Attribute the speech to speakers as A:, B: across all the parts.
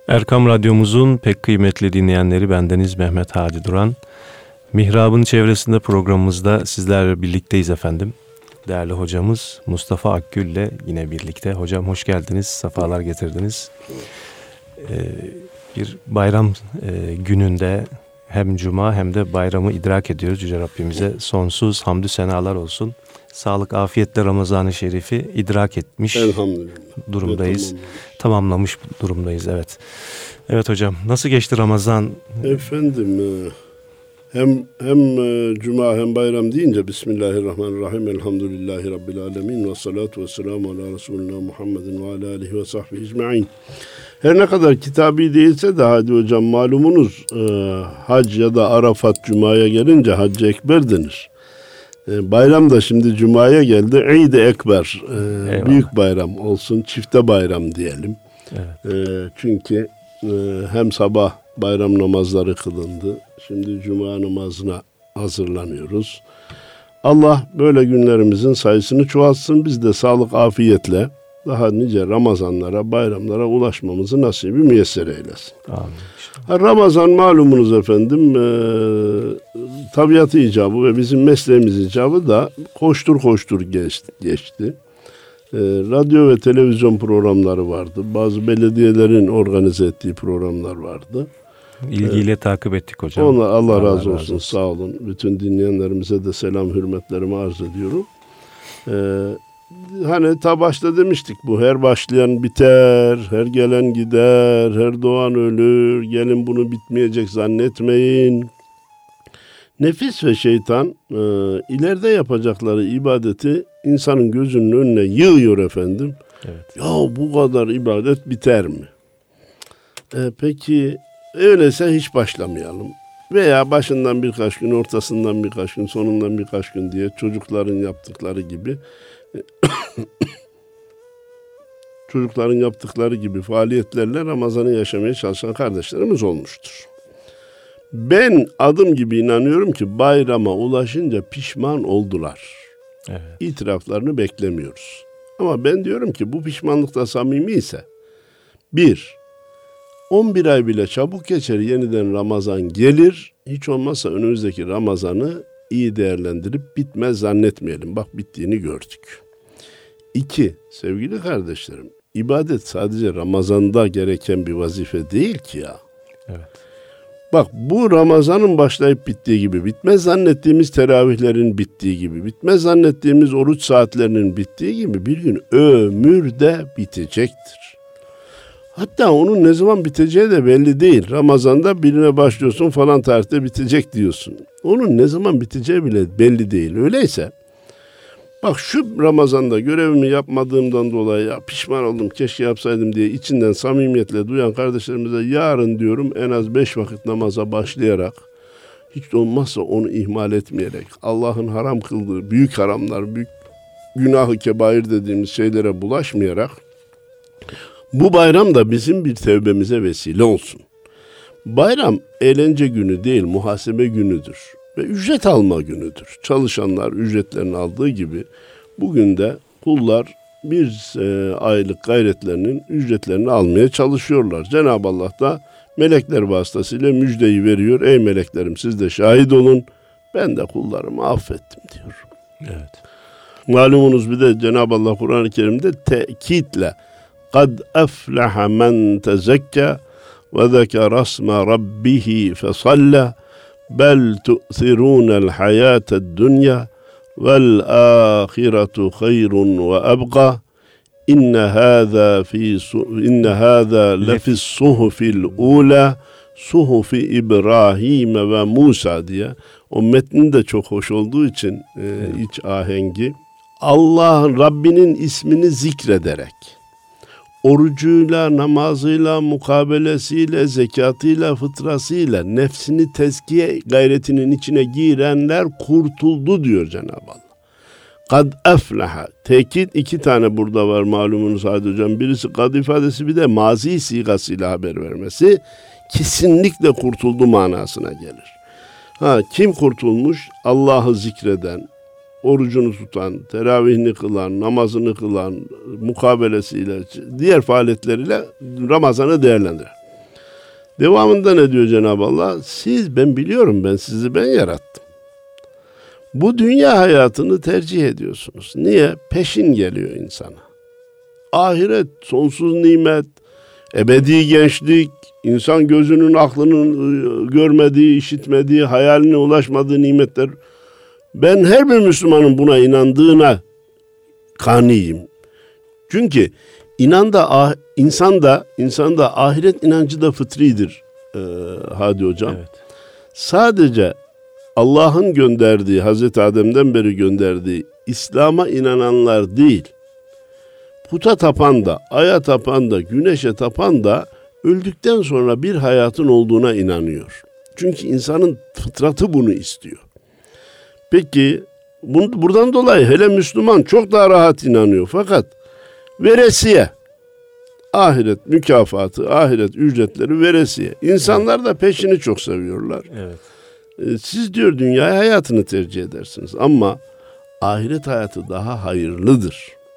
A: Erkam Radyomuzun pek kıymetli dinleyenleri, bendeniz Mehmet Hadi Duran. Mihrab'ın çevresinde programımızda sizlerle birlikteyiz efendim. Değerli hocamız Mustafa Akgül ile yine birlikte. Hocam hoş geldiniz, sefalar getirdiniz. Bir bayram gününde hem cuma hem de bayramı idrak ediyoruz. Yüce Rabbimize sonsuz hamdü senalar olsun. Sağlık, afiyetle Ramazan-ı Şerif'i idrak etmiş durumdayız. Tamamlamış durumdayız, evet. Evet hocam, nasıl geçti Ramazan?
B: Efendim, hem cuma hem bayram deyince Bismillahirrahmanirrahim. Elhamdülillahi Rabbil alemin. Ve salatu ve selamu ala Resulina Muhammedin ve ala alihi ve sahbihi ecma'in. Her ne kadar kitabi değilse de hadi hocam malumunuz hac ya da Arafat cumaya gelince Hac-ı Ekber denir. Bayram da şimdi cumaya geldi. Eid-i Ekber, büyük bayram olsun, çifte bayram diyelim. Evet. Çünkü hem sabah bayram namazları kılındı. Şimdi cuma namazına hazırlanıyoruz. Allah böyle günlerimizin sayısını çoğaltsın. Biz de sağlık, afiyetle daha nice Ramazanlara, bayramlara ulaşmamızı nasibi müyesser eylesin. Amin. Ramazan malumunuz efendim tabiatı icabı ve bizim mesleğimiz icabı da koştur koştur geçti. Radyo ve televizyon programları vardı. Bazı belediyelerin organize ettiği programlar vardı.
A: İlgiyle takip ettik hocam.
B: Allah razı olsun, sağ olun. Bütün dinleyenlerimize de selam, hürmetlerimi arz ediyorum. Hani ta başta demiştik, bu her başlayan biter, her gelen gider, her doğan ölür, gelin bunu bitmeyecek zannetmeyin. Nefis ve şeytan ileride yapacakları ibadeti insanın gözünün önüne yığıyor efendim. Evet. Ya bu kadar ibadet biter mi? Peki öyleyse hiç başlamayalım. Veya başından birkaç gün, ortasından birkaç gün, sonundan birkaç gün diye çocukların yaptıkları gibi faaliyetlerle Ramazan'ı yaşamaya çalışan kardeşlerimiz olmuştur. Ben adım gibi inanıyorum ki bayrama ulaşınca pişman oldular. Evet. İtiraflarını beklemiyoruz. Ama ben diyorum ki bu pişmanlıkta samimi ise 11 ay bile çabuk geçer, yeniden Ramazan gelir. Hiç olmazsa önümüzdeki Ramazan'ı iyi değerlendirip bitmez zannetmeyelim. Bak bittiğini gördük. 2. Sevgili kardeşlerim, ibadet sadece Ramazan'da gereken bir vazife değil ki ya. Evet. Bak bu Ramazan'ın başlayıp bittiği gibi, bitmez zannettiğimiz teravihlerin bittiği gibi, bitmez zannettiğimiz oruç saatlerinin bittiği gibi bir gün ömürde bitecektir. Hatta onun ne zaman biteceği de belli değil. Ramazan'da birine başlıyorsun, falan tarihte bitecek diyorsun. Onun ne zaman biteceği bile belli değil. Öyleyse bak şu Ramazan'da görevimi yapmadığımdan dolayı ya pişman oldum, keşke yapsaydım diye içinden samimiyetle duyan kardeşlerimize yarın diyorum en az 5 vakit namaza başlayarak, hiç olmazsa onu ihmal etmeyerek, Allah'ın haram kıldığı büyük haramlar, büyük günah-ı kebair dediğimiz şeylere bulaşmayarak bu bayram da bizim bir tevbemize vesile olsun. Bayram eğlence günü değil, muhasebe günüdür ve ücret alma günüdür. Çalışanlar ücretlerini aldığı gibi bugün de kullar bir aylık gayretlerinin ücretlerini almaya çalışıyorlar. Cenab-ı Allah da melekler vasıtasıyla müjdeyi veriyor. Ey meleklerim, siz de şahit olun, ben de kullarımı affettim diyor. Evet. Malumunuz bir de Cenab-ı Allah Kur'an-ı Kerim'de tekitle قَدْ أَفْلَحَ مَنْ تَزَكَّى وَذَكَرَ اسْمَ رَبِّهِ فَصَلَّى بَلْ تُؤْثِرُونَ الْحَيَاةَ الدُّنْيَا وَالْآخِرَةُ خَيْرٌ وَأَبْقَى إِنَّ هَذَا لَفِي الصُّحُفِ الْأُولَى صُحُفِ İbrahim ve Musa diye. O metnin de çok hoş olduğu için iç ahengi. Allah Rabbinin ismini zikrederek, orucuyla, namazıyla, mukabelesiyle, zekatıyla, fıtrasıyla nefsini tezkiye gayretinin içine girenler kurtuldu diyor Cenab-ı Allah. Kad eflaha. Tekit 2 tane burada var malumunuz Hadi Hocam. Birisi kad ifadesi, bir de mazi sigasıyla haber vermesi. Kesinlikle kurtuldu manasına gelir. Kim kurtulmuş? Allah'ı zikreden, orucunu tutan, teravihini kılan, namazını kılan, mukabelesiyle, diğer faaliyetleriyle Ramazan'ı değerlendiren. Devamında ne diyor Cenab-ı Allah? Ben biliyorum, ben sizi yarattım. Bu dünya hayatını tercih ediyorsunuz. Niye? Peşin geliyor insana. Ahiret, sonsuz nimet, ebedi gençlik, insan gözünün, aklının görmediği, işitmediği, hayaline ulaşmadığı nimetler. Ben her bir Müslümanın buna inandığına kaniyim. Çünkü insanda ahiret inancı da fıtridir Hadi Hocam. Evet. Sadece Allah'ın gönderdiği, Hazreti Adem'den beri gönderdiği İslam'a inananlar değil, puta tapan da, aya tapan da, güneşe tapan da öldükten sonra bir hayatın olduğuna inanıyor. Çünkü insanın fıtratı bunu istiyor. Peki buradan dolayı hele Müslüman çok daha rahat inanıyor. Fakat veresiye, ahiret mükafatı, ahiret ücretleri veresiye. İnsanlar da peşini çok seviyorlar. Evet. Siz diyor dünya hayatını tercih edersiniz ama ahiret hayatı daha hayırlıdır.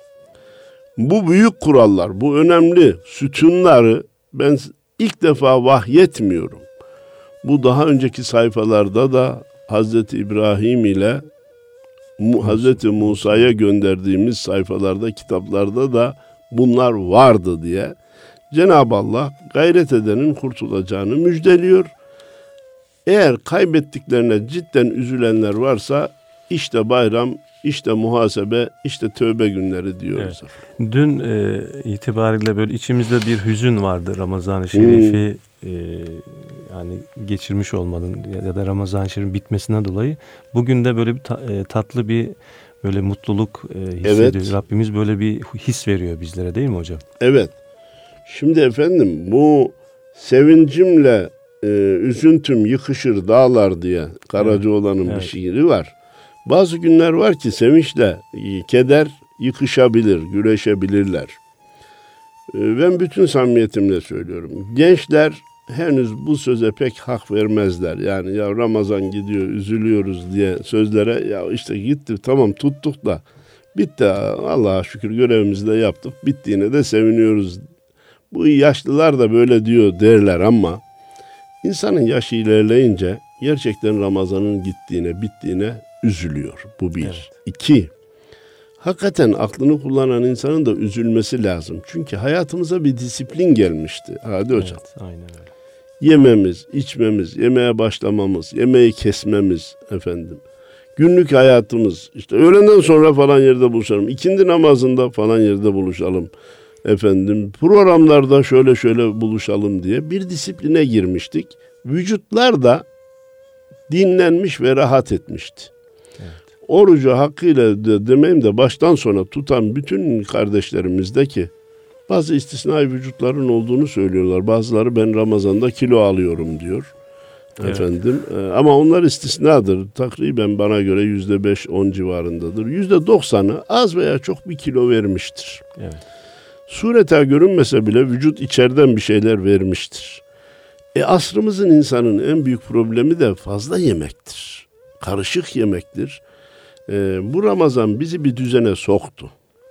B: Bu büyük kurallar, bu önemli sütunları ben ilk defa vahyetmiyorum. Bu daha önceki sayfalarda da Hazreti İbrahim ile Hazreti Musa'ya gönderdiğimiz sayfalarda, kitaplarda da bunlar vardı diye Cenab-ı Allah gayret edenin kurtulacağını müjdeliyor. Eğer kaybettiklerine cidden üzülenler varsa işte bayram, işte muhasebe, işte tövbe günleri diyoruz.
A: Evet. Dün itibariyle böyle içimizde bir hüzün vardı Ramazan-ı Şerif'i yani geçirmiş olmanın ya da Ramazan-ı Şerif'in bitmesinden dolayı. Bugün de böyle bir tatlı bir böyle mutluluk hissediyoruz. Evet. Rabbimiz böyle bir his veriyor bizlere, değil mi hocam?
B: Evet. Şimdi efendim bu sevincimle üzüntüm yıkışır dağlar diye Karacaoğlan'ın bir şiiri var. Bazı günler var ki sevinçle keder yıkışabilir, güreşebilirler. Ben bütün samimiyetimle söylüyorum. Gençler henüz bu söze pek hak vermezler. Yani ya Ramazan gidiyor, üzülüyoruz diye sözlere ya işte gitti tamam tuttuk da bitti Allah'a şükür görevimizi de yaptık. Bittiğine de seviniyoruz. Bu yaşlılar da böyle diyor derler ama insanın yaşı ilerleyince gerçekten Ramazan'ın gittiğine, bittiğine üzülüyor. Bu bir. Evet. İki, hakikaten aklını kullanan insanın da üzülmesi lazım. Çünkü hayatımıza bir disiplin gelmişti. Hadi hocam. Evet, aynen öyle. Yememiz, içmemiz, yemeğe başlamamız, yemeği kesmemiz efendim. Günlük hayatımız, işte öğleden sonra falan yerde buluşalım. İkindi namazında falan yerde buluşalım. Efendim programlarda şöyle buluşalım diye bir disipline girmiştik. Vücutlar da dinlenmiş ve rahat etmişti. Evet. Orucu hakkıyla demeyeyim de baştan sona tutan bütün kardeşlerimizdeki bazı istisnai vücutların olduğunu söylüyorlar. Bazıları ben Ramazan'da kilo alıyorum diyor. Evet. Efendim ama onlar istisnadır. Takriben bana göre %5-10 civarındadır. %90'ı az veya çok bir kilo vermiştir. Evet. Sureta görünmese bile vücut içeriden bir şeyler vermiştir. Asrımızın insanın en büyük problemi de fazla yemektir. Karışık yemektir. Bu Ramazan bizi bir düzene soktu.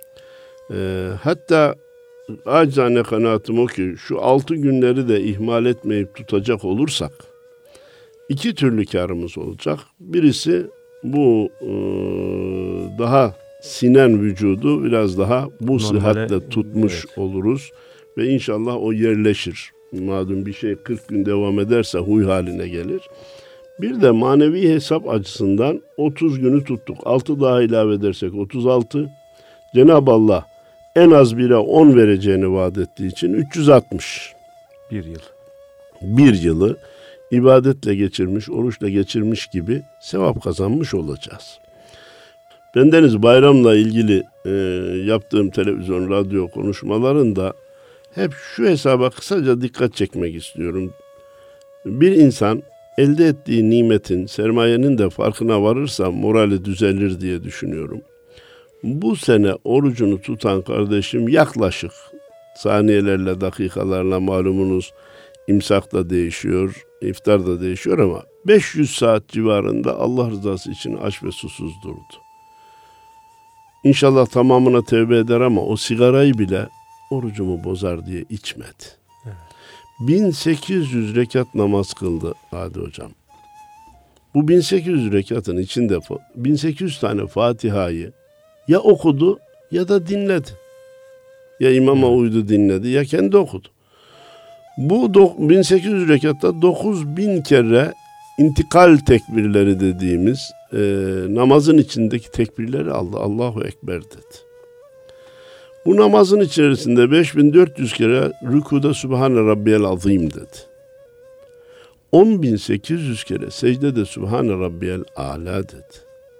B: Hatta acizane kanaatim o ki şu 6 günleri de ihmal etmeyip tutacak olursak 2 türlü kârımız olacak. Birisi bu daha sinen vücudu biraz daha bu sıhhatle tutmuş oluruz ve inşallah o yerleşir. Madem bir şey 40 gün devam ederse huy haline gelir. Bir de manevi hesap açısından 30 günü tuttuk. 6 daha ilave edersek 36. Cenab-ı Allah en az 1'e 10 vereceğini vaat ettiği için 360.
A: Bir yıl.
B: Bir yılı ibadetle geçirmiş, oruçla geçirmiş gibi sevap kazanmış olacağız. Bendeniz bayramla ilgili yaptığım televizyon, radyo konuşmalarında hep şu hesaba kısaca dikkat çekmek istiyorum. Bir insan elde ettiği nimetin, sermayenin de farkına varırsa morali düzelir diye düşünüyorum. Bu sene orucunu tutan kardeşim yaklaşık saniyelerle, dakikalarla malumunuz imsak da değişiyor, iftar da değişiyor ama 500 saat civarında Allah rızası için aç ve susuz durdu. İnşallah tamamına tevbe eder ama o sigarayı bile orucumu bozar diye içmedi. Evet. 1800 rekat namaz kıldı Hadi Hocam. Bu 1800 rekatın içinde 1800 tane Fatiha'yı ya okudu ya da dinledi. Ya imama uydu dinledi ya kendi okudu. Bu 1800 rekatta 9000 kere intikal tekbirleri dediğimiz namazın içindeki tekbirleri aldı. Allahu Ekber dedi. Bu namazın içerisinde 5400 kere rükuda Sübhane Rabbiyel Azim dedi. 10.800 kere secdede Sübhane Rabbiyel Âlâ dedi.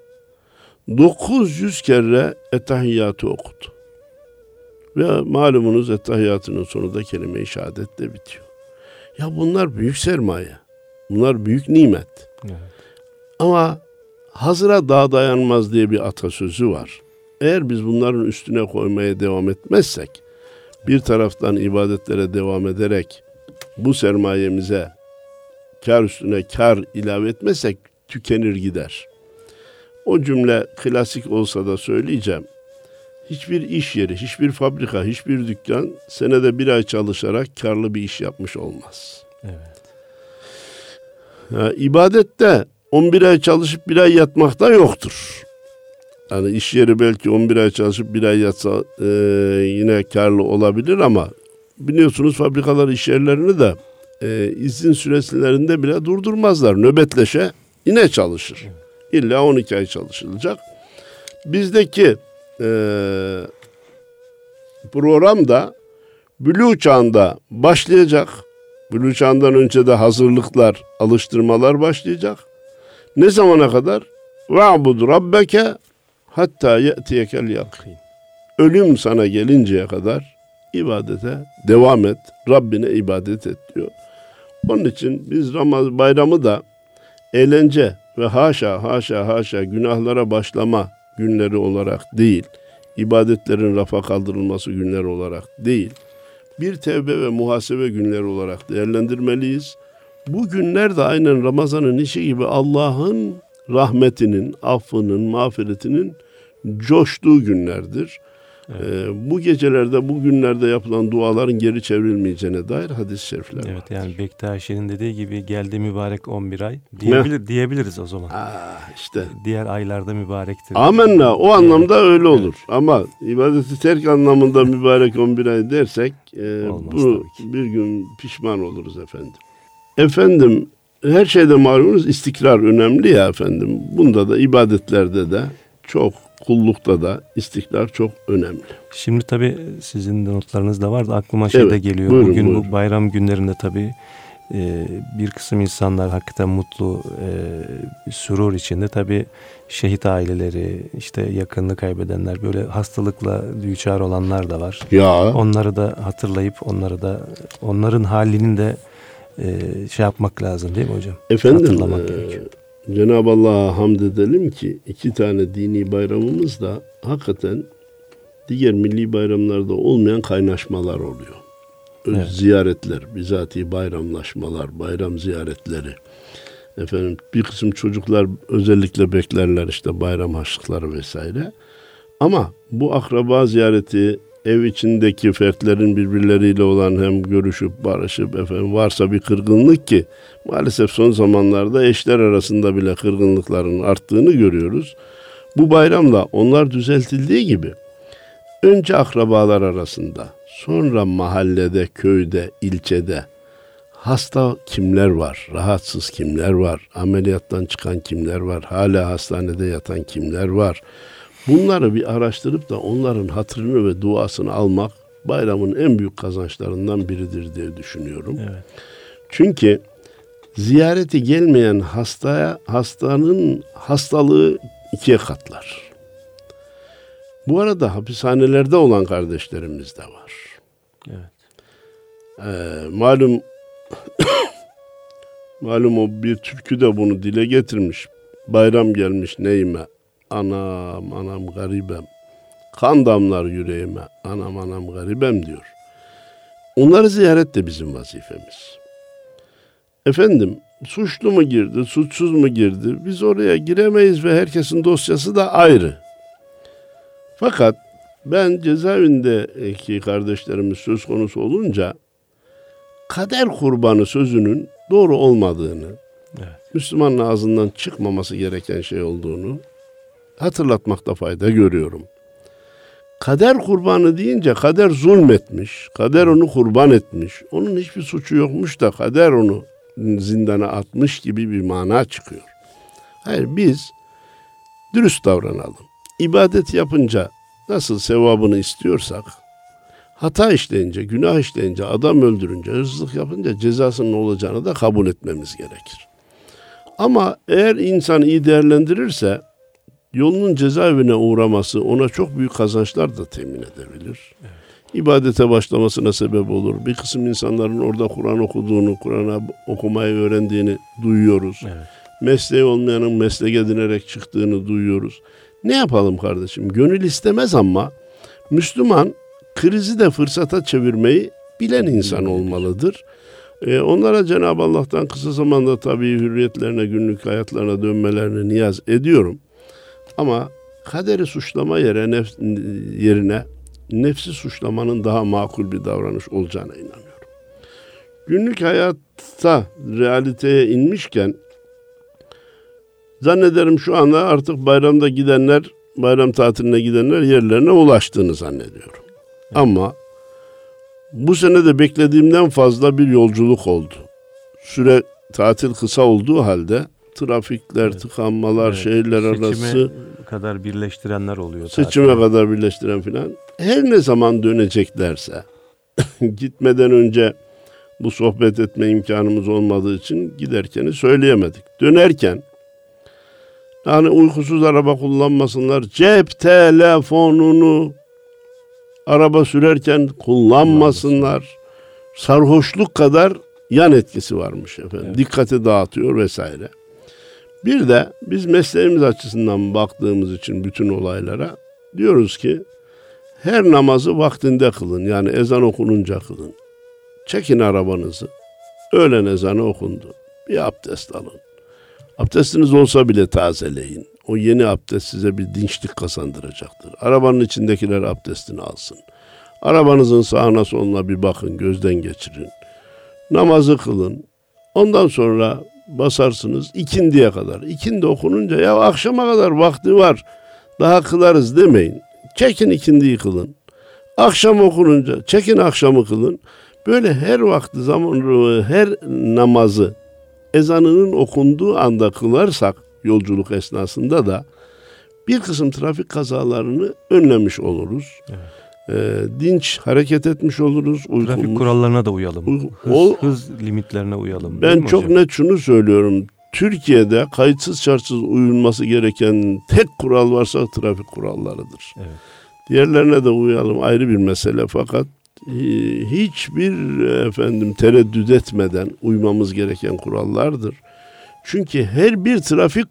B: 900 kere Ettehiyyatı okudu. Ve malumunuz Ettehiyyatının sonunda kelime-i şehadetle bitiyor. Ya bunlar büyük sermaye. Bunlar büyük nimet. Evet. Ama hazıra dağ dayanmaz diye bir atasözü var. Eğer biz bunların üstüne koymaya devam etmezsek, bir taraftan ibadetlere devam ederek bu sermayemize kar üstüne kar ilave etmezsek tükenir gider. O cümle klasik olsa da söyleyeceğim. Hiçbir iş yeri, hiçbir fabrika, hiçbir dükkan senede bir ay çalışarak karlı bir iş yapmış olmaz. Evet. İbadette 11 ay çalışıp bir ay yatmakta yoktur. Yani iş yeri belki 11 ay çalışıp bir ay yatsa yine karlı olabilir ama biliyorsunuz fabrikalar iş yerlerini de izin sürelerinde bile durdurmazlar. Nöbetleşe yine çalışır. İlla 12 ay çalışılacak. Bizdeki program da Bülû çağında başlayacak. Bülû çağından önce de hazırlıklar, alıştırmalar başlayacak. Ne zamana kadar? وَعْبُدْ رَبَّكَ hatta ye'tiyekel yakin. Ölüm sana gelinceye kadar ibadete devam et. Rabbine ibadet et diyor. Onun için biz Ramazan bayramı da eğlence ve haşa günahlara başlama günleri olarak değil, ibadetlerin rafa kaldırılması günleri olarak değil, bir tevbe ve muhasebe günleri olarak değerlendirmeliyiz. Bu günler de aynen Ramazan'ın işi gibi Allah'ın rahmetinin, affının, mağfiretinin coştuğu günlerdir. Evet. Bu gecelerde, bu günlerde yapılan duaların geri çevrilmeyeceğine dair hadis-i şerifler var.
A: Evet, yani Bektaşi'nin dediği gibi geldi mübarek 11 ay diyebiliriz o zaman.
B: İşte.
A: Diğer aylarda mübarektir.
B: Amenna, o anlamda öyle olur. Evet. Ama ibadeti terk anlamında mübarek 11 ay dersek bu bir gün pişman oluruz efendim. Efendim, her şeyde malumunuz istikrar önemli ya efendim. Bunda da ibadetlerde de çok, kullukta da istikrar çok önemli.
A: Şimdi tabii sizin de notlarınız da var da aklıma şey de geliyor. Bugün bu bayram günlerinde tabii bir kısım insanlar hakikaten mutlu, sürur içinde. Tabii şehit aileleri, işte yakınını kaybedenler, böyle hastalıkla düçar olanlar da var.
B: Ya.
A: Onları da hatırlayıp onların halinin de şey yapmak lazım değil mi hocam?
B: Efendim, Cenab-ı Allah'a hamd edelim ki 2 tane dini bayramımız da hakikaten diğer milli bayramlarda olmayan kaynaşmalar oluyor. Evet. Ziyaretler, bizatihi bayramlaşmalar, bayram ziyaretleri. Efendim, bir kısım çocuklar özellikle beklerler işte bayram harçlıkları vesaire. Ama bu akraba ziyareti, ev içindeki fertlerin birbirleriyle olan hem görüşüp barışıp varsa bir kırgınlık ki maalesef son zamanlarda eşler arasında bile kırgınlıkların arttığını görüyoruz. Bu bayramda onlar düzeltildiği gibi önce akrabalar arasında, sonra mahallede, köyde, ilçede hasta kimler var, rahatsız kimler var, ameliyattan çıkan kimler var, hala hastanede yatan kimler var. Bunları bir araştırıp da onların hatırını ve duasını almak bayramın en büyük kazançlarından biridir diye düşünüyorum. Evet. Çünkü ziyareti gelmeyen hastanın hastalığı 2'ye katlar. Bu arada hapishanelerde olan kardeşlerimiz de var. Evet. Malum o bir türkü de bunu dile getirmiş. Bayram gelmiş neyime? Anam garibem. Kan damlar yüreğime. Anam garibem diyor. Onları ziyaret de bizim vazifemiz. Efendim, suçlu mu girdi, suçsuz mu girdi? Biz oraya giremeyiz ve herkesin dosyası da ayrı. Fakat ben cezaevindeki kardeşlerimiz söz konusu olunca kader kurbanı sözünün doğru olmadığını,
A: Evet.
B: Müslümanın ağzından çıkmaması gereken şey olduğunu hatırlatmakta fayda görüyorum. Kader kurbanı deyince kader zulmetmiş, kader onu kurban etmiş, onun hiçbir suçu yokmuş da kader onu zindana atmış gibi bir mana çıkıyor. Hayır, biz dürüst davranalım. İbadet yapınca nasıl sevabını istiyorsak, hata işleyince, günah işleyince, adam öldürünce, hırsızlık yapınca cezasının olacağını da kabul etmemiz gerekir. Ama eğer insan iyi değerlendirirse, yolunun cezaevine uğraması ona çok büyük kazançlar da temin edebilir. Evet. İbadete başlamasına sebep olur. Bir kısım insanların orada Kur'an okuduğunu, Kur'an'ı okumayı öğrendiğini duyuyoruz. Evet. Mesleği olmayanın meslek edinerek çıktığını duyuyoruz. Ne yapalım kardeşim? Gönül istemez ama Müslüman krizi de fırsata çevirmeyi bilen insan olmalıdır. Onlara Cenab-ı Allah'tan kısa zamanda tabii hürriyetlerine, günlük hayatlarına dönmelerini niyaz ediyorum. Ama kaderi suçlama yerine nefsi suçlamanın daha makul bir davranış olacağına inanıyorum. Günlük hayatta realiteye inmişken zannederim şu anda artık bayram tatiline gidenler yerlerine ulaştığını zannediyorum. Evet. Ama bu sene de beklediğimden fazla bir yolculuk oldu. Tatil kısa olduğu halde trafikler, evet, tıkanmalar, evet, şehirler arası.
A: Seçime kadar birleştirenler oluyor.
B: Seçime kadar birleştiren filan. Her ne zaman döneceklerse gitmeden önce bu sohbet etme imkanımız olmadığı için giderken söyleyemedik. Dönerken yani uykusuz araba kullanmasınlar. Cep telefonunu araba sürerken kullanmasınlar. Sarhoşluk kadar yan etkisi varmış efendim. Evet. Dikkati dağıtıyor vesaire. Bir de biz mesleğimiz açısından baktığımız için bütün olaylara diyoruz ki her namazı vaktinde kılın. Yani ezan okununca kılın. Çekin arabanızı. Öğlen ezanı okundu. Bir abdest alın. Abdestiniz olsa bile tazeleyin. O yeni abdest size bir dinçlik kazandıracaktır. Arabanın içindekiler abdestini alsın. Arabanızın sağına soluna bir bakın, gözden geçirin. Namazı kılın. Ondan sonra basarsınız ikindiye kadar. İkindi okununca ya akşama kadar vakti var, daha kılarız demeyin. Çekin ikindiyi kılın. Akşam okununca çekin akşamı kılın. Böyle her vakti her namazı ezanının okunduğu anda kılarsak yolculuk esnasında da bir kısım trafik kazalarını önlemiş oluruz. Evet. Dinç hareket etmiş oluruz.
A: Trafik kurallarına da uyalım. Hız limitlerine uyalım.
B: Ben çok net şunu söylüyorum. Türkiye'de kayıtsız şartsız uyulması gereken tek kural varsa trafik kurallarıdır. Evet. Diğerlerine de uyalım, ayrı bir mesele, fakat hiçbir tereddüt etmeden uymamız gereken kurallardır. Çünkü her bir trafik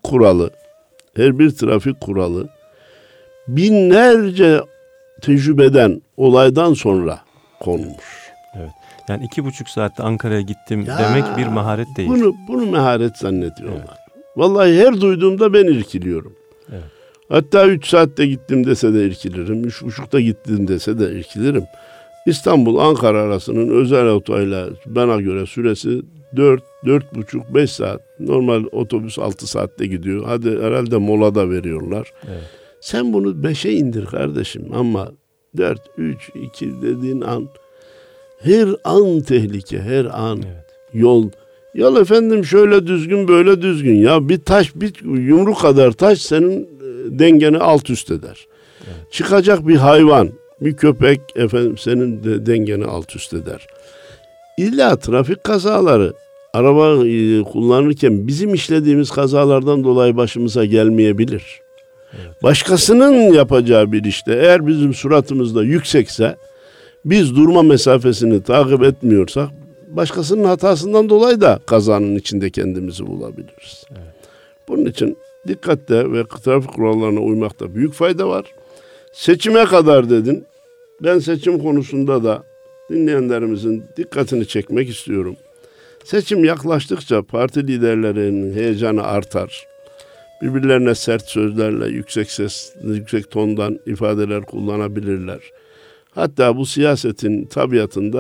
B: kuralı binlerce tecrübeden, olaydan sonra konmuş.
A: Evet. Yani 2,5 saatte Ankara'ya gittim demek bir maharet değil.
B: Bunu maharet zannediyorlar. Evet. Vallahi her duyduğumda ben irkiliyorum. Evet. Hatta 3 saatte gittim dese de irkilirim. 3,5'da gittim dese de irkilirim. İstanbul-Ankara arasının özel otoyla bana göre süresi 4,5-5 saat. Normal otobüs 6 saatte gidiyor. Hadi herhalde mola da veriyorlar. Evet. Sen bunu 5'e indir kardeşim, ama 4, 3, 2 dediğin an, her an tehlike, her an. Evet. Yol efendim şöyle düzgün, böyle düzgün. Ya bir yumruk kadar taş senin dengeni alt üst eder. Evet. Çıkacak bir hayvan, bir köpek senin dengeni alt üst eder. İlla trafik kazaları, araba kullanırken bizim işlediğimiz kazalardan dolayı başımıza gelmeyebilir. Evet. Başkasının yapacağı bir işte eğer bizim suratımızda yüksekse, biz durma mesafesini takip etmiyorsak, başkasının hatasından dolayı da kazanın içinde kendimizi bulabiliriz. Evet. Bunun için dikkatle ve trafik kurallarına uymakta büyük fayda var. Seçime kadar dedin. Ben seçim konusunda da dinleyenlerimizin dikkatini çekmek istiyorum. Seçim yaklaştıkça parti liderlerinin heyecanı artar. Birbirlerine sert sözlerle, yüksek tondan ifadeler kullanabilirler. Hatta bu siyasetin tabiatında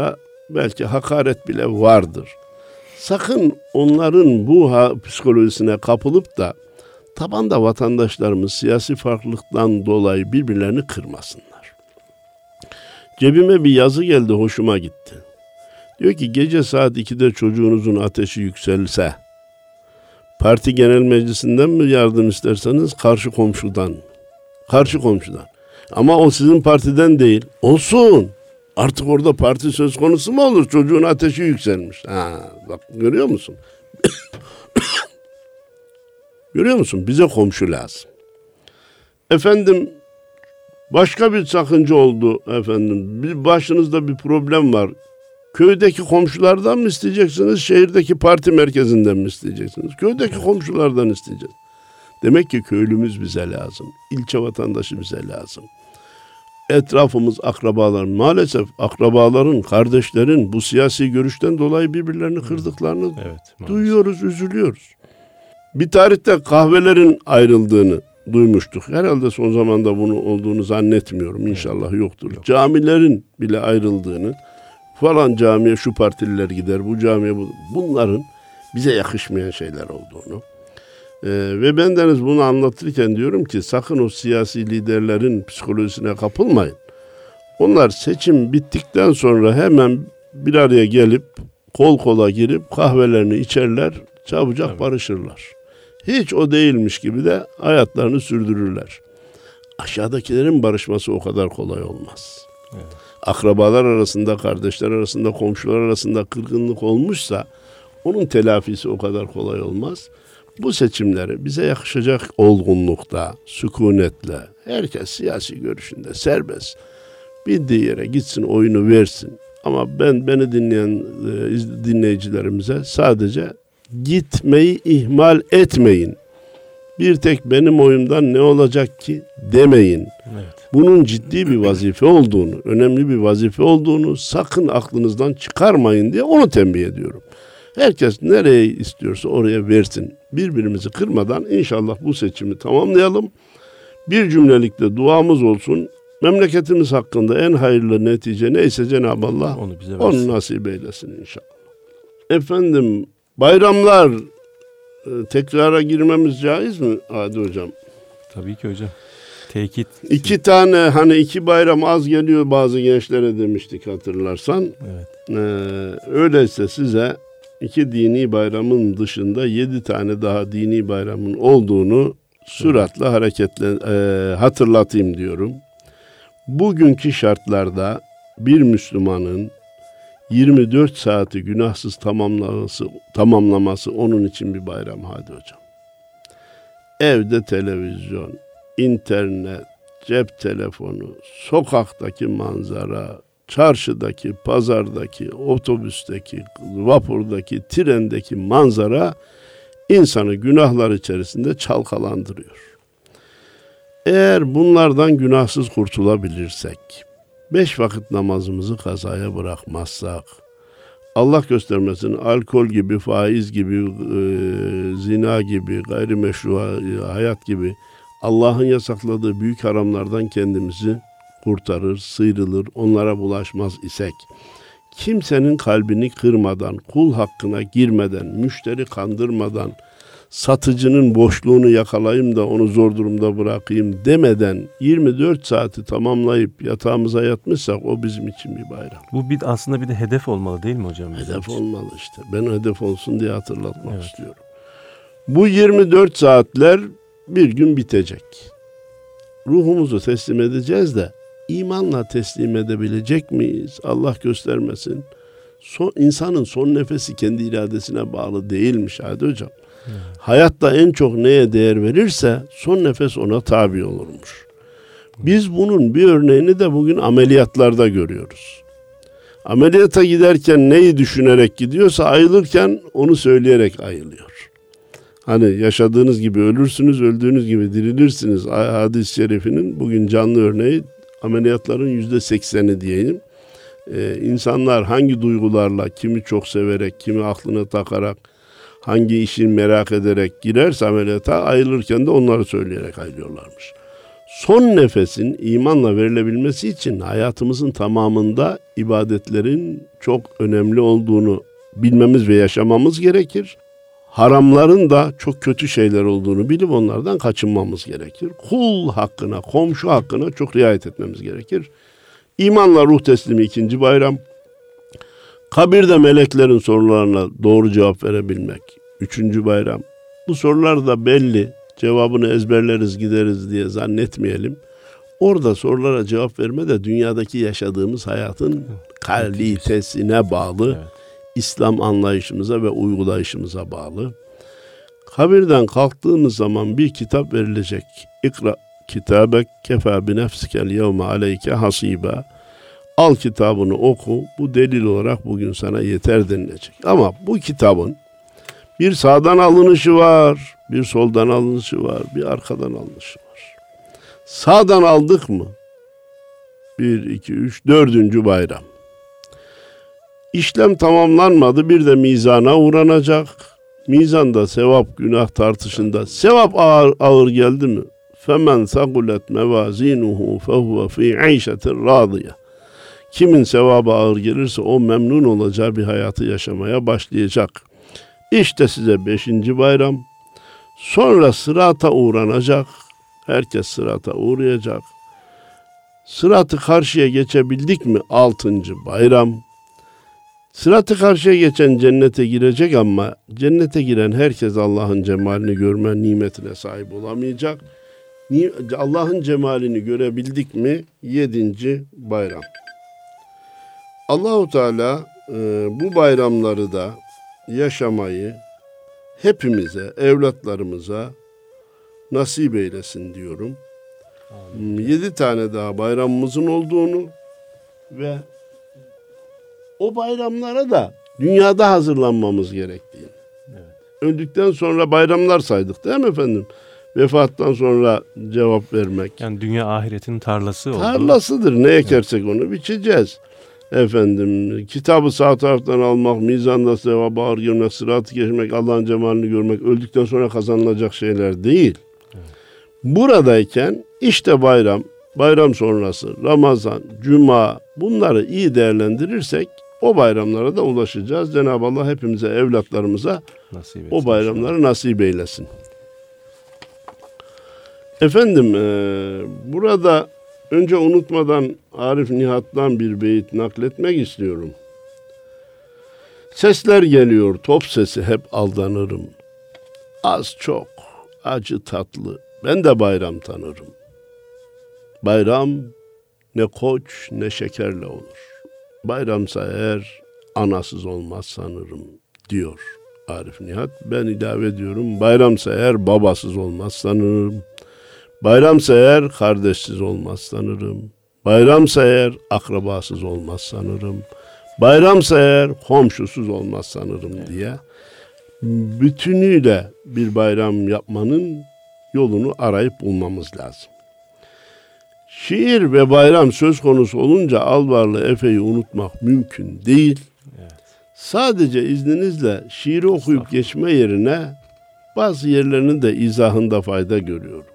B: belki hakaret bile vardır. Sakın onların bu psikolojisine kapılıp da tabanda vatandaşlarımız siyasi farklılıktan dolayı birbirlerini kırmasınlar. Cebime bir yazı geldi, hoşuma gitti. Diyor ki gece saat 2'de çocuğunuzun ateşi yükselse, parti genel meclisinden mi yardım isterseniz karşı komşudan. Karşı komşudan. Ama o sizin partiden değil. Olsun. Artık orada parti söz konusu mu olur? Çocuğun ateşi yükselmiş. Bak görüyor musun? Görüyor musun? Bize komşu lazım. Efendim başka bir sakınca oldu efendim. Başınızda bir problem var. Köydeki komşulardan mı isteyeceksiniz? Şehirdeki parti merkezinden mi isteyeceksiniz? Köydeki komşulardan isteyeceğiz. Demek ki köylümüz bize lazım. İlçe vatandaşı bize lazım. Etrafımız akrabalar. Maalesef akrabaların, kardeşlerin bu siyasi görüşten dolayı birbirlerini kırdıklarını duyuyoruz, üzülüyoruz. Bir tarihte kahvelerin ayrıldığını duymuştuk. Herhalde son zamanda bunu olduğunu zannetmiyorum. İnşallah yoktur. Yok. Camilerin bile ayrıldığını, falan camiye şu partililer gider, bu camiye bu. Bunların bize yakışmayan şeyler olduğunu. Ve bendeniz bunu anlatırken diyorum ki sakın o siyasi liderlerin psikolojisine kapılmayın. Onlar seçim bittikten sonra hemen bir araya gelip kol kola girip kahvelerini içerler, çabucak barışırlar. Hiç o değilmiş gibi de hayatlarını sürdürürler. Aşağıdakilerin barışması o kadar kolay olmaz. Evet. Akrabalar arasında, kardeşler arasında, komşular arasında kırgınlık olmuşsa onun telafisi o kadar kolay olmaz. Bu seçimleri bize yakışacak olgunlukta, sükunetle, herkes siyasi görüşünde serbest. Bildiği yere gitsin, oyunu versin. Ama beni dinleyen dinleyicilerimize sadece gitmeyi ihmal etmeyin. Bir tek benim oyumdan ne olacak ki demeyin. Evet. Bunun ciddi bir vazife olduğunu, önemli bir vazife olduğunu sakın aklınızdan çıkarmayın diye onu tembih ediyorum. Herkes nereye istiyorsa oraya versin. Birbirimizi kırmadan inşallah bu seçimi tamamlayalım. Bir cümlelikle duamız olsun. Memleketimiz hakkında en hayırlı netice neyse Cenab-ı Allah onu nasip eylesin inşallah. Efendim bayramlar tekrara girmemiz caiz mi Adi Hocam?
A: Tabii ki hocam. Tekit.
B: 2 tane 2 bayram az geliyor bazı gençlere demiştik hatırlarsan. Evet. Öyleyse size 2 dini bayramın dışında 7 tane daha dini bayramın olduğunu süratle hatırlatayım diyorum. Bugünkü şartlarda bir Müslümanın 24 saati günahsız tamamlaması onun için bir bayram Hadi Hocam. Evde televizyon, internet, cep telefonu, sokaktaki manzara, çarşıdaki, pazardaki, otobüsteki, vapurdaki, trendeki manzara insanı günahlar içerisinde çalkalandırıyor. Eğer bunlardan günahsız kurtulabilirsek, 5 vakit namazımızı kazaya bırakmazsak, Allah göstermesin alkol gibi, faiz gibi, zina gibi, gayrimeşru hayat gibi Allah'ın yasakladığı büyük haramlardan kendimizi kurtarır, sıyrılır, onlara bulaşmaz isek, kimsenin kalbini kırmadan, kul hakkına girmeden, müşteri kandırmadan, satıcının boşluğunu yakalayayım da onu zor durumda bırakayım demeden 24 saati tamamlayıp yatağımıza yatmışsak o bizim için bir bayram.
A: Bu aslında bir de hedef olmalı değil mi hocam?
B: Hedef olmalı işte. Ben hedef olsun diye hatırlatmak istiyorum. Bu 24 saatler bir gün bitecek. Ruhumuzu teslim edeceğiz de imanla teslim edebilecek miyiz? Allah göstermesin. İnsanın son nefesi kendi iradesine bağlı değilmiş Hadi Hocam. Hayatta en çok neye değer verirse son nefes ona tabi olurmuş. Biz bunun bir örneğini de bugün ameliyatlarda görüyoruz. Ameliyata giderken neyi düşünerek gidiyorsa ayılırken onu söyleyerek ayılıyor. Hani yaşadığınız gibi ölürsünüz, öldüğünüz gibi dirilirsiniz hadis-i şerifinin bugün canlı örneği ameliyatların %80'i diyeyim. İnsanlar hangi duygularla, kimi çok severek, kimi aklına takarak, hangi işi merak ederek girerse ameliyata ayılırken de onları söyleyerek ayrılıyorlarmış. son nefesin imanla verilebilmesi için hayatımızın tamamında ibadetlerin çok önemli olduğunu bilmemiz ve yaşamamız gerekir. Haramların da çok kötü şeyler olduğunu bilip onlardan kaçınmamız gerekir. Kul hakkına, komşu hakkına çok riayet etmemiz gerekir. İmanla ruh teslimi 2. bayram. Kabirde meleklerin sorularına doğru cevap verebilmek 3. bayram. Bu sorular da belli. Cevabını ezberleriz gideriz diye zannetmeyelim. Orada sorulara cevap verme de dünyadaki yaşadığımız hayatın kalitesine bağlı. Evet. İslam anlayışımıza ve uygulayışımıza bağlı. Kabirden kalktığımız zaman bir kitap verilecek. İkra kitabek kefa bi nefsikel yevme aleyke hasiba. Al kitabını oku. Bu delil olarak bugün sana yeter denilecek. Ama bu kitabın bir sağdan alınışı var, bir soldan alınışı var, bir arkadan alınışı var. Sağdan aldık mı? 1, 2, 3, 4. bayram. İşlem tamamlanmadı, bir de mizana uğranacak. Mizanda sevap günah tartışında sevap ağır geldi mi? فَمَنْ ثَقُلَتْ مَوَازِينُهُ فَهُوَ فِي عَيْشَةٍ رَاضِيَةٍ. Kimin sevabı ağır gelirse o memnun olacağı bir hayatı yaşamaya başlayacak. İşte size 5. bayram. Sonra sırata uğranacak. Herkes sırata uğrayacak. Sıratı karşıya geçebildik mi? 6. bayram. Sıratı karşıya geçen cennete girecek ama cennete giren herkes Allah'ın cemalini görme nimetine sahip olamayacak. Allah'ın cemalini görebildik mi? 7. bayram. Allahu Teala bu bayramları da yaşamayı hepimize, evlatlarımıza nasip eylesin diyorum. Amin. 7 tane daha bayramımızın olduğunu ve o bayramlara da dünyada hazırlanmamız gerektiğini. Evet. Öldükten sonra bayramlar saydık değil mi efendim? Vefattan sonra cevap vermek.
A: Yani dünya ahiretin tarlası oldu.
B: Tarlasıdır. Ne ekersek onu biçeceğiz. Efendim, kitabı sağ taraftan almak, mizanda sevabı ağır gelmek, sıratı geçmek, Allah'ın cemalini görmek, öldükten sonra kazanılacak şeyler değil. Evet. Buradayken işte bayram sonrası, Ramazan, Cuma, bunları iyi değerlendirirsek o bayramlara da ulaşacağız. Cenab-ı Allah hepimize, evlatlarımıza o bayramları nasip eylesin. Efendim, burada önce unutmadan Arif Nihat'tan bir beyit nakletmek istiyorum. Sesler geliyor, top sesi hep aldanırım. Az çok, acı tatlı, ben de bayram tanırım. Bayram ne koç ne şekerle olur. Bayramsa eğer anasız olmaz sanırım diyor Arif Nihat. Ben ilave ediyorum, bayramsa eğer babasız olmaz sanırım. Bayramsa eğer kardeşsiz olmaz sanırım. Bayramsa eğer akrabasız olmaz sanırım. Bayramsa eğer komşusuz olmaz sanırım diye bütünüyle bir bayram yapmanın yolunu arayıp bulmamız lazım. Şiir ve bayram söz konusu olunca Alvarlı Efe'yi unutmak mümkün değil. Evet. Sadece izninizle şiiri okuyup geçme yerine bazı yerlerinin de izahında fayda görüyorum.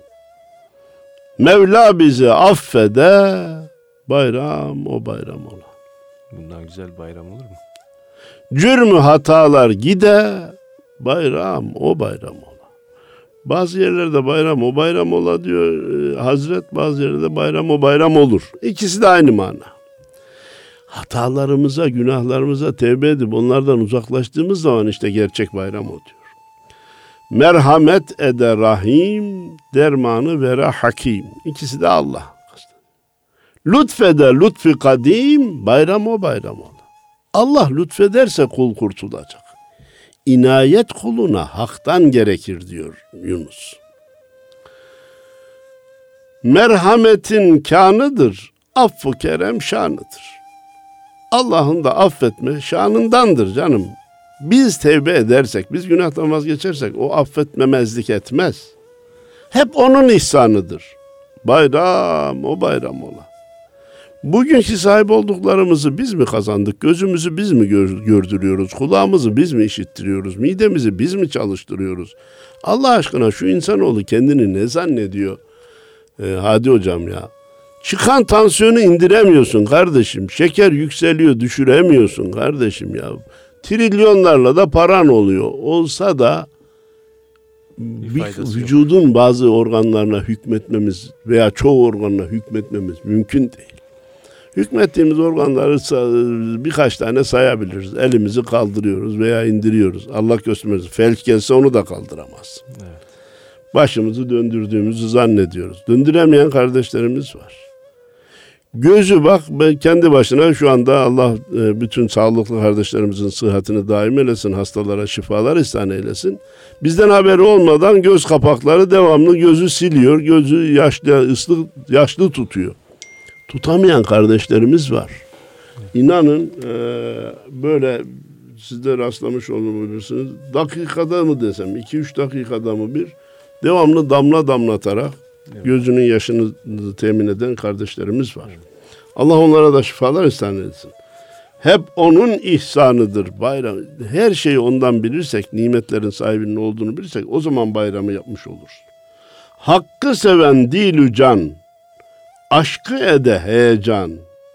B: Mevla bizi affede, bayram o bayram ola.
A: Bundan güzel bayram olur mu?
B: Cürmü hatalar gide, bayram o bayram ola. Bazı yerlerde bayram o bayram ola diyor Hazret, bazı yerlerde bayram o bayram olur. İkisi de aynı mana. Hatalarımıza, günahlarımıza tevbe edip onlardan uzaklaştığımız zaman işte gerçek bayram o diyor. Merhamet ede rahim, dermanı vere hakim. İkisi de Allah. Lütfede lütfi kadim, bayram o bayram ola. Allah lütfederse kul kurtulacak. İnayet kuluna haktan gerekir diyor Yunus. Merhametin kânıdır, affı kerem şanıdır. Allah'ın da affetme şanındandır canım. Biz tevbe edersek, biz günahtan vazgeçersek o affetmemezlik etmez. Hep onun ihsanıdır. Bayram o bayram ola. Bugünkü sahip olduklarımızı biz mi kazandık? Gözümüzü biz mi gördürüyoruz? Kulağımızı biz mi işittiriyoruz? Midemizi biz mi çalıştırıyoruz? Allah aşkına şu insanoğlu kendini ne zannediyor? Hadi hocam ya. Çıkan tansiyonu indiremiyorsun kardeşim. Şeker yükseliyor, düşüremiyorsun kardeşim ya. Trilyonlarla da paran oluyor. Olsa da vücudun bazı organlarına hükmetmemiz veya çoğu organına hükmetmemiz mümkün değil. Hükmettiğimiz organları birkaç tane sayabiliriz. Elimizi kaldırıyoruz veya indiriyoruz. Allah göstermesin. Felç gelse onu da kaldıramaz. Evet. Başımızı döndürdüğümüzü zannediyoruz. Döndüremeyen kardeşlerimiz var. Gözü bak kendi başına şu anda Allah bütün sağlıklı kardeşlerimizin sıhhatini daim eylesin. Hastalara şifalar ihsan eylesin. Bizden haberi olmadan göz kapakları devamlı gözü siliyor. Gözü yaşlı tutuyor. Tutamayan kardeşlerimiz var. İnanın böyle siz de rastlamış olabilirsiniz. Dakikada mı desem 2-3 dakikada mı bir devamlı damla damlatarak gözünün yaşını temin eden kardeşlerimiz var. Allah onlara da şifalar ihsan etsin. Hep onun ihsanıdır bayram. Her şeyi ondan bilirsek, nimetlerin sahibinin olduğunu bilirsek o zaman bayramı yapmış oluruz. Hakkı seven dilü can, aşkı ede heyecan,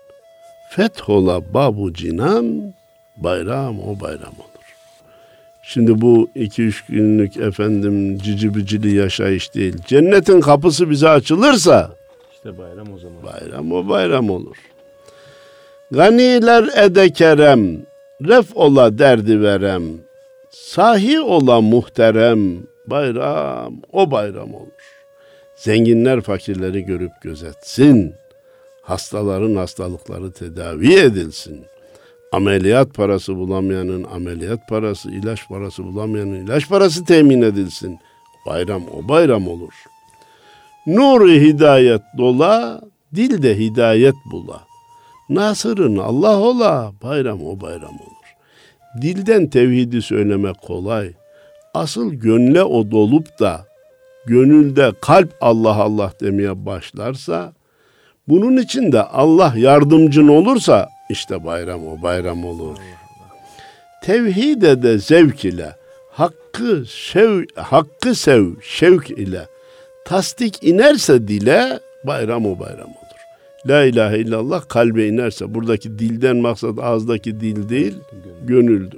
B: fethola babu cinan, bayram o bayram olur. Şimdi bu 2-3 günlük efendim cici yaşayış değil. Cennetin kapısı bize açılırsa
A: işte bayram o zaman.
B: Bayram o bayram olur. Ganiler ede kerem, ref ola derdi verem, sahi ola muhterem, bayram o bayram olur. Zenginler fakirleri görüp gözetsin. Hastaların hastalıkları tedavi edilsin. Ameliyat parası bulamayanın ameliyat parası, ilaç parası bulamayanın ilaç parası temin edilsin. Bayram o bayram olur. Nur-u hidayet dola, dilde hidayet bula. Nasırın Allah ola, bayram o bayram olur. Dilden tevhidi söylemek kolay. Asıl gönle o dolup da gönülde kalp Allah Allah demeye başlarsa, bunun için de Allah yardımcın olursa işte bayram o bayram olur. Tevhide de zevk ile, hakkı sev şevk ile, tasdik inerse dile bayram o bayram olur. La ilahe illallah kalbe inerse, buradaki dilden maksat ağızdaki dil değil, gönüldür.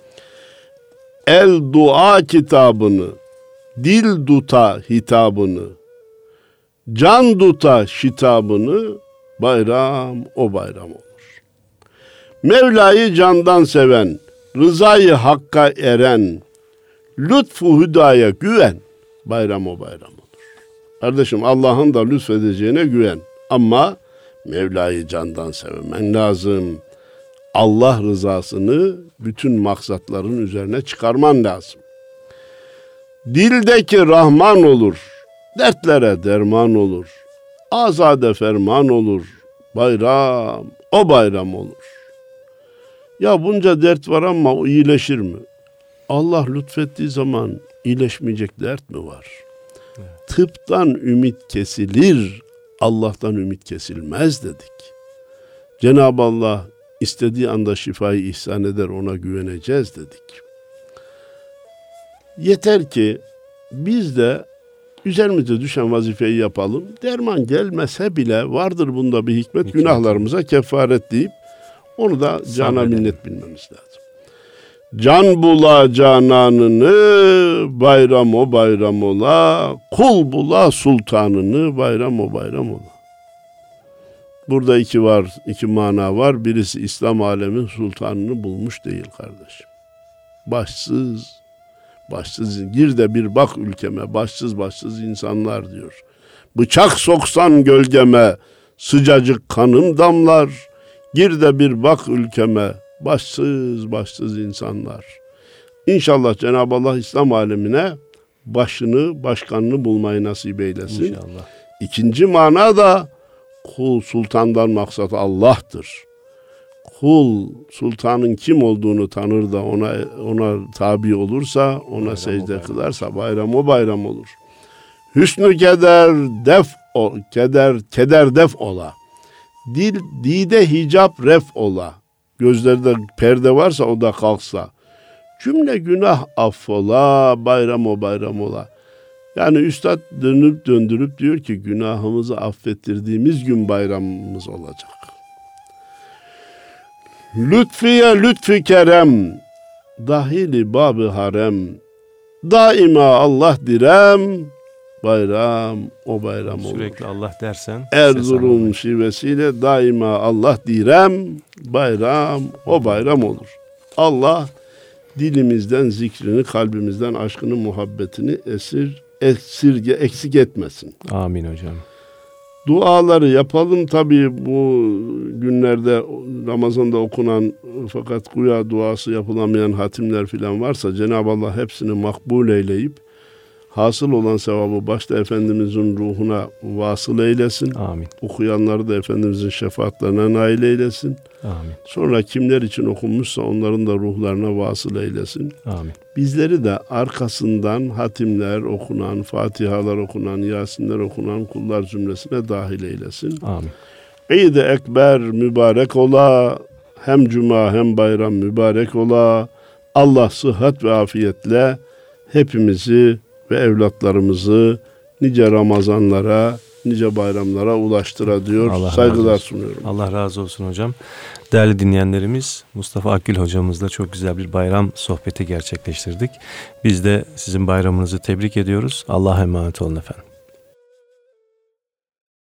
B: El dua kitabını, dil duta hitabını, can duta şitabını, bayram o bayram olur. Mevla'yı candan seven, rızayı hakka eren, lütfu hüdaya güven, bayram o bayram olur. Kardeşim Allah'ın da lütfedeceğine güven ama Mevla'yı candan sevmen lazım. Allah rızasını bütün maksatların üzerine çıkarman lazım. Dildeki Rahman olur, dertlere derman olur, azade ferman olur, bayram o bayram olur. Ya bunca dert var ama o iyileşir mi? Allah lütfettiği zaman iyileşmeyecek dert mi var? Evet. Tıptan ümit kesilir, Allah'tan ümit kesilmez dedik. Cenab-ı Allah istediği anda şifayı ihsan eder, ona güveneceğiz dedik. Yeter ki biz de üzerimize düşen vazifeyi yapalım. Derman gelmese bile vardır bunda bir hikmet, günahlarımıza kefaret deyip onu da cana minnet bilmemiz lazım. Can bula cananını, bayram o bayram ola, kul bula sultanını, bayram o bayram ola. Burada iki mana var. Birisi İslam alemin sultanını bulmuş değil kardeşim. Başsız, gir de bir bak ülkeme, başsız insanlar diyor. Bıçak soksan gölgeme, sıcacık kanım damlar. Gir de bir bak ülkeme, başsız insanlar. İnşallah Cenab-ı Allah İslam alemine başkanını bulmayı nasip eylesin.
A: İnşallah.
B: İkinci mana da kul sultandan maksat Allah'tır. Kul sultanın kim olduğunu tanır da ona tabi olursa, ona bayram secde kılarsa bayram o bayram olur. Hüsnü keder def ola. Dide hicap ref ola. Gözlerde perde varsa o da kalksa. Cümle günah affola, bayram o bayram ola. Yani üstad dönüp döndürüp diyor ki günahımızı affettirdiğimiz gün bayramımız olacak. Lütfiye lütfü kerem, dahili babı harem, daima Allah direm, bayram o bayram olur.
A: Sürekli Allah dersen.
B: Erzurum şivesiyle daima Allah direm, bayram o bayram olur. Allah dilimizden zikrini, kalbimizden aşkını, muhabbetini eksik etmesin.
A: Amin hocam.
B: Duaları yapalım tabii bu günlerde Ramazan'da okunan fakat güya duası yapılamayan hatimler filan varsa Cenab-ı Allah hepsini makbul eyleyip hasıl olan sevabı başta Efendimizin ruhuna vasıl eylesin.
A: Amin.
B: Okuyanları da Efendimizin şefaatlerine nail eylesin.
A: Amin.
B: Sonra kimler için okunmuşsa onların da ruhlarına vasıl eylesin.
A: Amin.
B: Bizleri de arkasından hatimler okunan, fatihalar okunan, yasinler okunan kullar zümresine dahil eylesin.
A: Amin.
B: İd-i Ekber mübarek ola, hem cuma hem bayram mübarek ola. Allah sıhhat ve afiyetle hepimizi ve evlatlarımızı nice Ramazanlara, nice bayramlara ulaştıra diyor.
A: Allah
B: saygılar sunuyorum.
A: Allah razı olsun hocam. Değerli dinleyenlerimiz, Mustafa Akgül hocamızla çok güzel bir bayram sohbeti gerçekleştirdik. Biz de sizin bayramınızı tebrik ediyoruz. Allah'a emanet olun efendim.